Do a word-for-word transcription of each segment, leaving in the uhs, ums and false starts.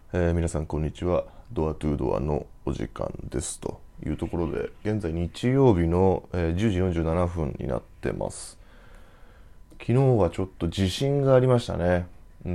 えー皆さんこんにちは。ドアトゥードアのお時間ですというところで、現在日曜日の、えーじゅうじよんじゅうななふんになってます。昨日はちょっと地震がありましたね。うん、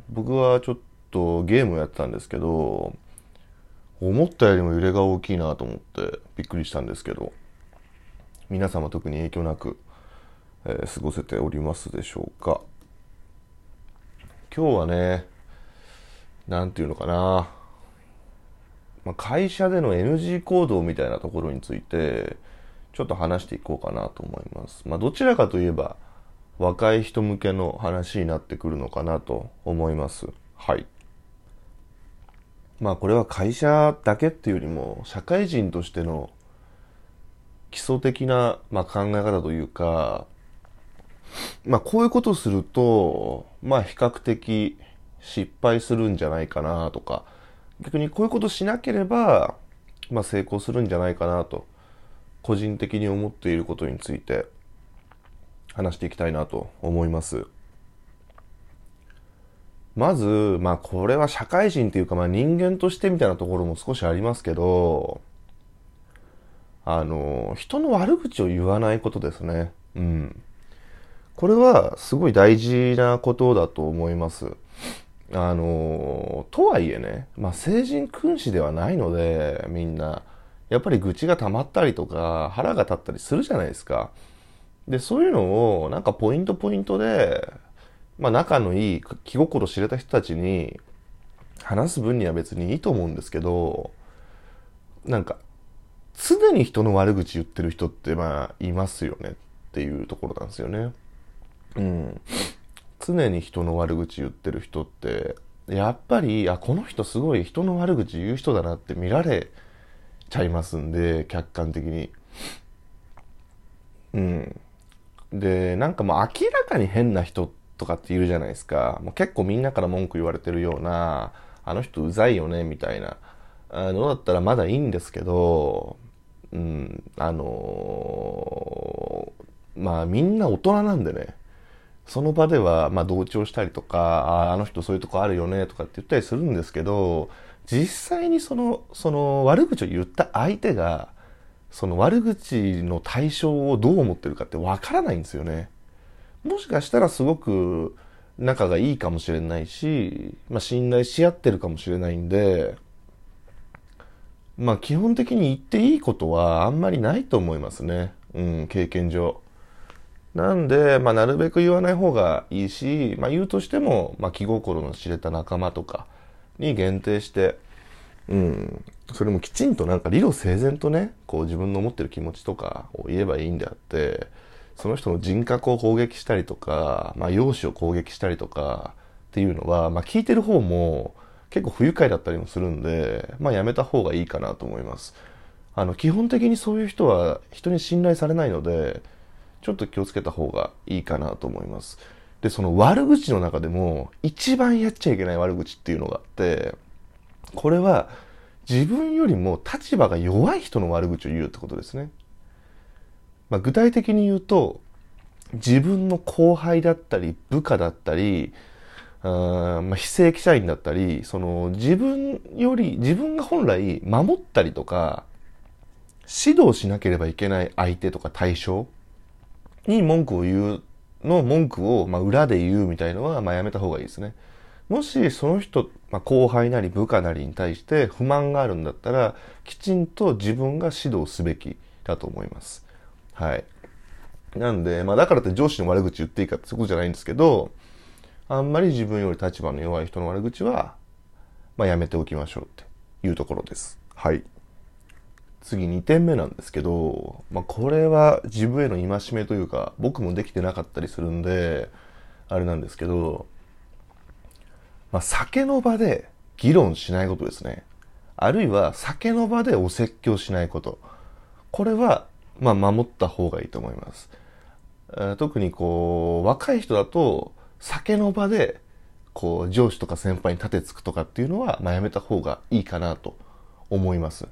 僕はちょっとゲームをやってたんですけど、思ったよりも揺れが大きいなと思ってびっくりしたんですけど、皆様特に影響なく、えー過ごせておりますでしょうか。今日はね、なんていうのかな、まあ、会社での エヌジー 行動みたいなところについてちょっと話していこうかなと思います。まあ、どちらかといえば若い人向けの話になってくるのかなと思います。はい。まあこれは会社だけっていうよりも社会人としての基礎的な、まあ、考え方というか、まあこういうことをするとまあ比較的失敗するんじゃないかなとか、逆にこういうことしなければまあ成功するんじゃないかなと個人的に思っていることについて話していきたいなと思います。まず、まあこれは社会人というか、まあ人間としてみたいなところも少しありますけど、あの、人の悪口を言わないことですね。うん。これはすごい大事なことだと思います。あの、とはいえね、まあ成人君子ではないので、みんな、やっぱり愚痴が溜まったりとか、腹が立ったりするじゃないですか。で、そういうのを、なんかポイントポイントで、まあ仲のいい、気心知れた人たちに話す分には別にいいと思うんですけど、なんか、常に人の悪口言ってる人ってまあ、いますよねっていうところなんですよね。うん。常に人の悪口言ってる人って、やっぱり、あ、この人すごい人の悪口言う人だなって見られちゃいますんで、客観的に。うん。で、なんかもう明らかに変な人とかっているじゃないですか。もう結構みんなから文句言われてるような、あの人うざいよね、みたいなのだったらまだいいんですけど、うん、あのーまあみんな大人なんでね、その場ではまあ同調したりとか、あ、あの人そういうとこあるよねとかって言ったりするんですけど、実際にその、その悪口を言った相手が、その悪口の対象をどう思ってるかってわからないんですよね。もしかしたらすごく仲がいいかもしれないし、まあ、信頼し合ってるかもしれないんで、まあ基本的に言っていいことはあんまりないと思いますね。うん、経験上。なんで、まあなるべく言わない方がいいし、まあ言うとしても、まあ気心の知れた仲間とかに限定して、うん、それもきちんとなんか理路整然とね、こう自分の思ってる気持ちとかを言えばいいんであって、その人の人格を攻撃したりとか、まあ容姿を攻撃したりとかっていうのは、まあ聞いてる方も結構不愉快だったりもするんで、まあやめた方がいいかなと思います。あの、基本的にそういう人は人に信頼されないので、ちょっと気をつけた方がいいかなと思います。で、その悪口の中でも一番やっちゃいけない悪口っていうのがあって、これは自分よりも立場が弱い人の悪口を言うってことですね。まあ、具体的に言うと、自分の後輩だったり、部下だったり、あまあ、非正規社員だったり、その自分より、自分が本来守ったりとか、指導しなければいけない相手とか対象に文句を言うの文句を、まあ、裏で言うみたいのは、まあ、やめた方がいいですね。もしその人、まあ、後輩なり部下なりに対して不満があるんだったら、きちんと自分が指導すべきだと思います。はい。なんで、まあだからって上司の悪口言っていいかってそういうことじゃないんですけど、あんまり自分より立場の弱い人の悪口は、まあやめておきましょうっていうところです。はい。次にてんめなんですけど、まあこれは自分への戒めというか、僕もできてなかったりするんで、あれなんですけど、まあ酒の場で議論しないことですね。あるいは酒の場でお説教しないこと。これは、まあ守った方がいいと思います。特にこう、若い人だと、酒の場で、こう、上司とか先輩に立てつくとかっていうのは、まあやめた方がいいかなと思います。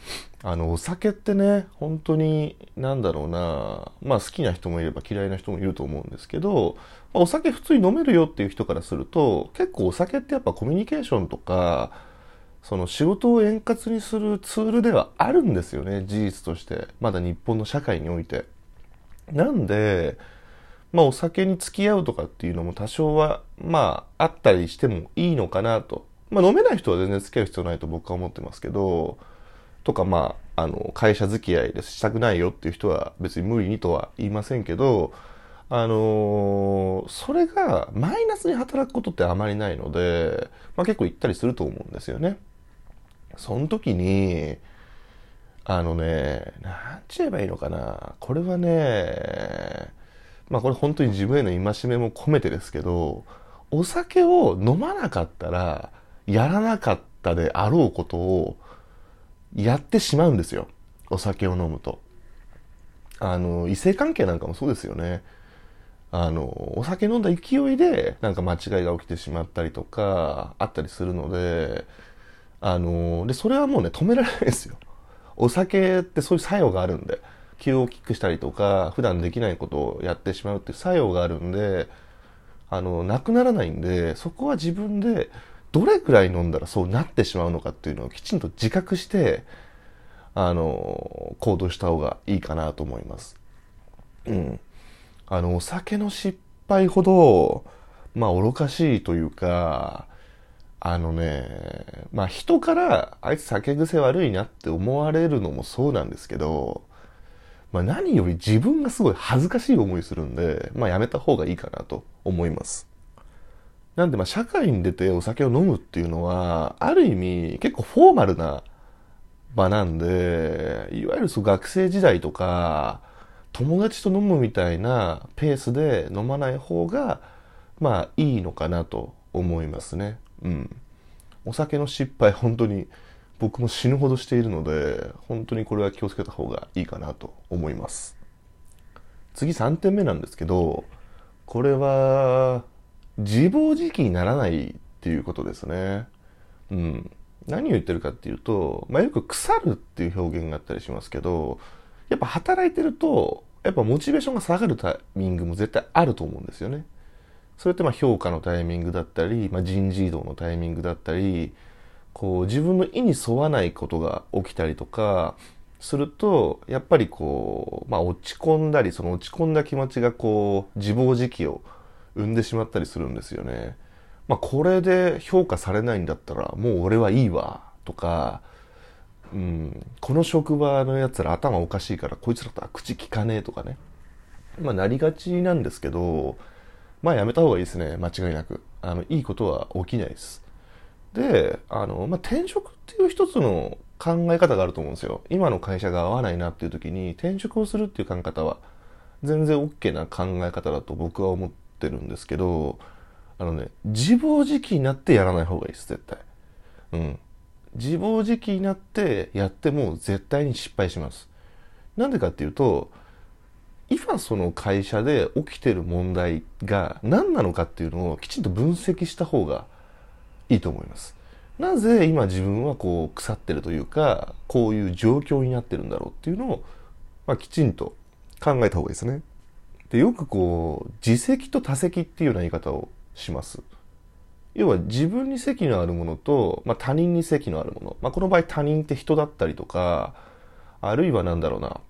あの、お酒ってね、本当に、なんだろうな、まあ好きな人もいれば嫌いな人もいると思うんですけど、まあお酒普通に飲めるよっていう人からすると、結構お酒ってやっぱコミュニケーションとか、その仕事を円滑にするツールではあるんですよね、事実として。まだ日本の社会において。なんで、まあお酒に付き合うとかっていうのも多少は、まああったりしてもいいのかなと。まあ飲めない人は全然付き合う必要ないと僕は思ってますけど、とかまあ、あの、会社付き合いでしたくないよっていう人は別に無理にとは言いませんけど、あのーそれがマイナスに働くことってあまりないので、まあ結構言ったりすると思うんですよね。その時に、あのね、なんち言えばいいのかな。これはね、まあこれ本当に自分への戒めも込めてですけど、お酒を飲まなかったら、やらなかったであろうことをやってしまうんですよ。お酒を飲むと。あの、異性関係なんかもそうですよね。あの、お酒飲んだ勢いで、なんか間違いが起きてしまったりとか、あったりするので、あの、で、それはもうね、止められないですよ。お酒ってそういう作用があるんで、気を大きくしたりとか、普段できないことをやってしまうっていう作用があるんで、あの、なくならないんで、そこは自分で、どれくらい飲んだらそうなってしまうのかっていうのをきちんと自覚して、あの、行動した方がいいかなと思います。うん。あの、お酒の失敗ほど、まあ、愚かしいというか、あのね、まあ人からあいつ酒癖悪いなって思われるのもそうなんですけど、まあ何より自分がすごい恥ずかしい思いするんで、まあやめた方がいいかなと思います。なんでまあ社会に出てお酒を飲むっていうのは、ある意味結構フォーマルな場なんで、いわゆるそう学生時代とか、友達と飲むみたいなペースで飲まない方が、まあいいのかなと思いますね。うん。お酒の失敗本当に僕も死ぬほどしているので、本当にこれは気をつけた方がいいかなと思います。次さんてんめなんですけど、これは自暴自棄にならないっていうことですね。うん。何を言ってるかっていうと、まあ、よく腐るっていう表現があったりしますけど、やっぱ働いてると、やっぱモチベーションが下がるタイミングも絶対あると思うんですよね。それってまあ評価のタイミングだったり、まあ、人事異動のタイミングだったり、こう自分の意に沿わないことが起きたりとかすると、やっぱりこう、まあ落ち込んだり、その落ち込んだ気持ちがこう自暴自棄を生んでしまったりするんですよね。まあこれで評価されないんだったらもう俺はいいわとか、うん、この職場のやつら頭おかしいからこいつらとは口聞かねえとかね。まあなりがちなんですけど、まあやめた方がいいですね。間違いなく。あの、いいことは起きないです。で、あの、まあ、転職っていう一つの考え方があると思うんですよ。今の会社が合わないなっていう時に転職をするっていう考え方は全然 OK な考え方だと僕は思ってるんですけど、あのね、自暴自棄になってやらない方がいいです、絶対。うん。自暴自棄になってやっても絶対に失敗します。なんでかっていうと、今その会社で起きてる問題が何なのかっていうのをきちんと分析した方がいいと思います。なぜ今自分はこう腐ってるというか、こういう状況になってるんだろうっていうのを、まあ、きちんと考えた方がいいですね。で、よくこう、自責と他責っていうような言い方をします。要は自分に責のあるものと、まあ、他人に責のあるもの。まあ、この場合他人って人だったりとか、あるいはなんだろうな、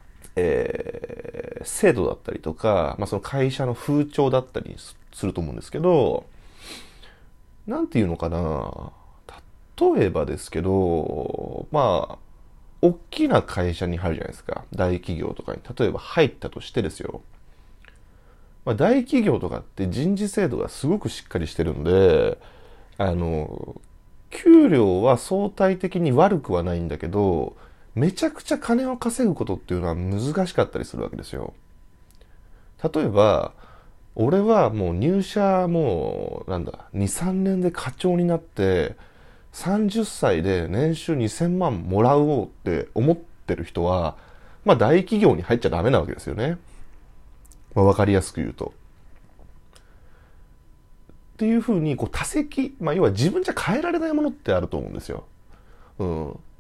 えー、制度だったりとか、まあ、その会社の風潮だったりすると思うんですけど、なんていうのかな。例えばですけど、まあ、大きな会社に入るじゃないですか。大企業とかに。例えば入ったとしてですよ。まあ、大企業とかって人事制度がすごくしっかりしてるんで、あの、給料は相対的に悪くはないんだけど、めちゃくちゃ金を稼ぐことっていうのは難しかったりするわけですよ。例えば、俺はもう入社もう、なんだ、に、さんねんで課長になって、さんじゅっさいで年収にせんまんもらおうって思ってる人は、まあ大企業に入っちゃダメなわけですよね。まあわかりやすく言うと。っていうふうに、こう多責、まあ要は自分じゃ変えられないものってあると思うんですよ。うん。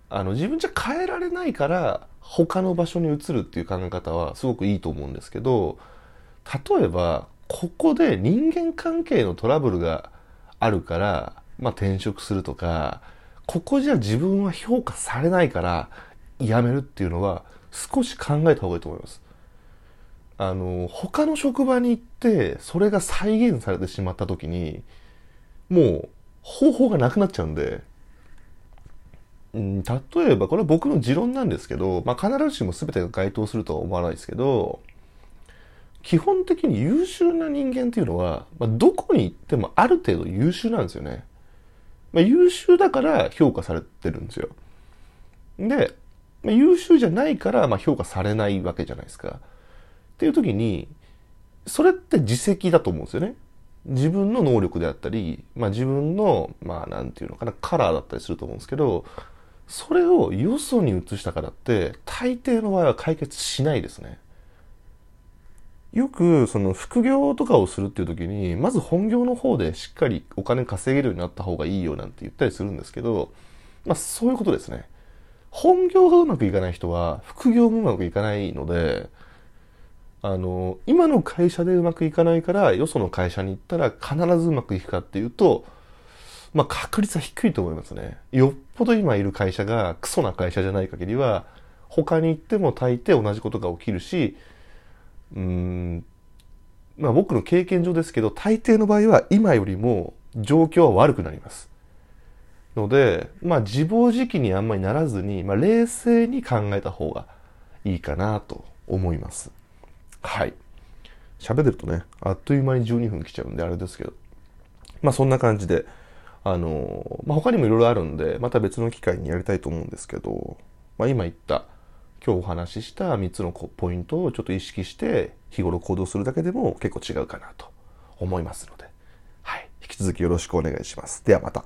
あの自分じゃ変えられないから他の場所に移るっていう考え方はすごくいいと思うんですけど、例えばここで人間関係のトラブルがあるから、まあ、転職するとか、ここじゃ自分は評価されないから辞めるっていうのは少し考えた方がいいと思います。あの他の職場に行ってそれが再現されてしまった時にもう方法がなくなっちゃうんで、うん、例えばこれは僕の持論なんですけど、まあ、必ずしも全てが該当するとは思わないですけど、基本的に優秀な人間っていうのは、まあ、どこに行ってもある程度優秀なんですよね。まあ、優秀だから評価されてるんですよ。で、まあ、優秀じゃないからまあ評価されないわけじゃないですか。っていう時に、それって自責だと思うんですよね。自分の能力であったり、まあ自分の、まあなんていうのかな、カラーだったりすると思うんですけど、それをよそに移したからって、大抵の場合は解決しないですね。よく、その副業とかをするっていう時に、まず本業の方でしっかりお金稼げるようになった方がいいよなんて言ったりするんですけど、まあそういうことですね。本業がうまくいかない人は、副業もうまくいかないので、あの、今の会社でうまくいかないから、よその会社に行ったら必ずうまくいくかっていうと、まあ確率は低いと思いますね。よっぽど今いる会社がクソな会社じゃない限りは、他に行っても大抵同じことが起きるし、うーん、まあ僕の経験上ですけど、大抵の場合は今よりも状況は悪くなります。ので、まあ自暴自棄にあんまりならずに、まあ冷静に考えた方がいいかなと思います。はい。喋ってるとね、あっという間にじゅうにふん来ちゃうんであれですけど。まあそんな感じで、あの、まあ他にもいろいろあるんで、また別の機会にやりたいと思うんですけど、まあ今言った、今日お話ししたみっつのポイントをちょっと意識して日頃行動するだけでも結構違うかなと思いますので、はい。引き続きよろしくお願いします。ではまた。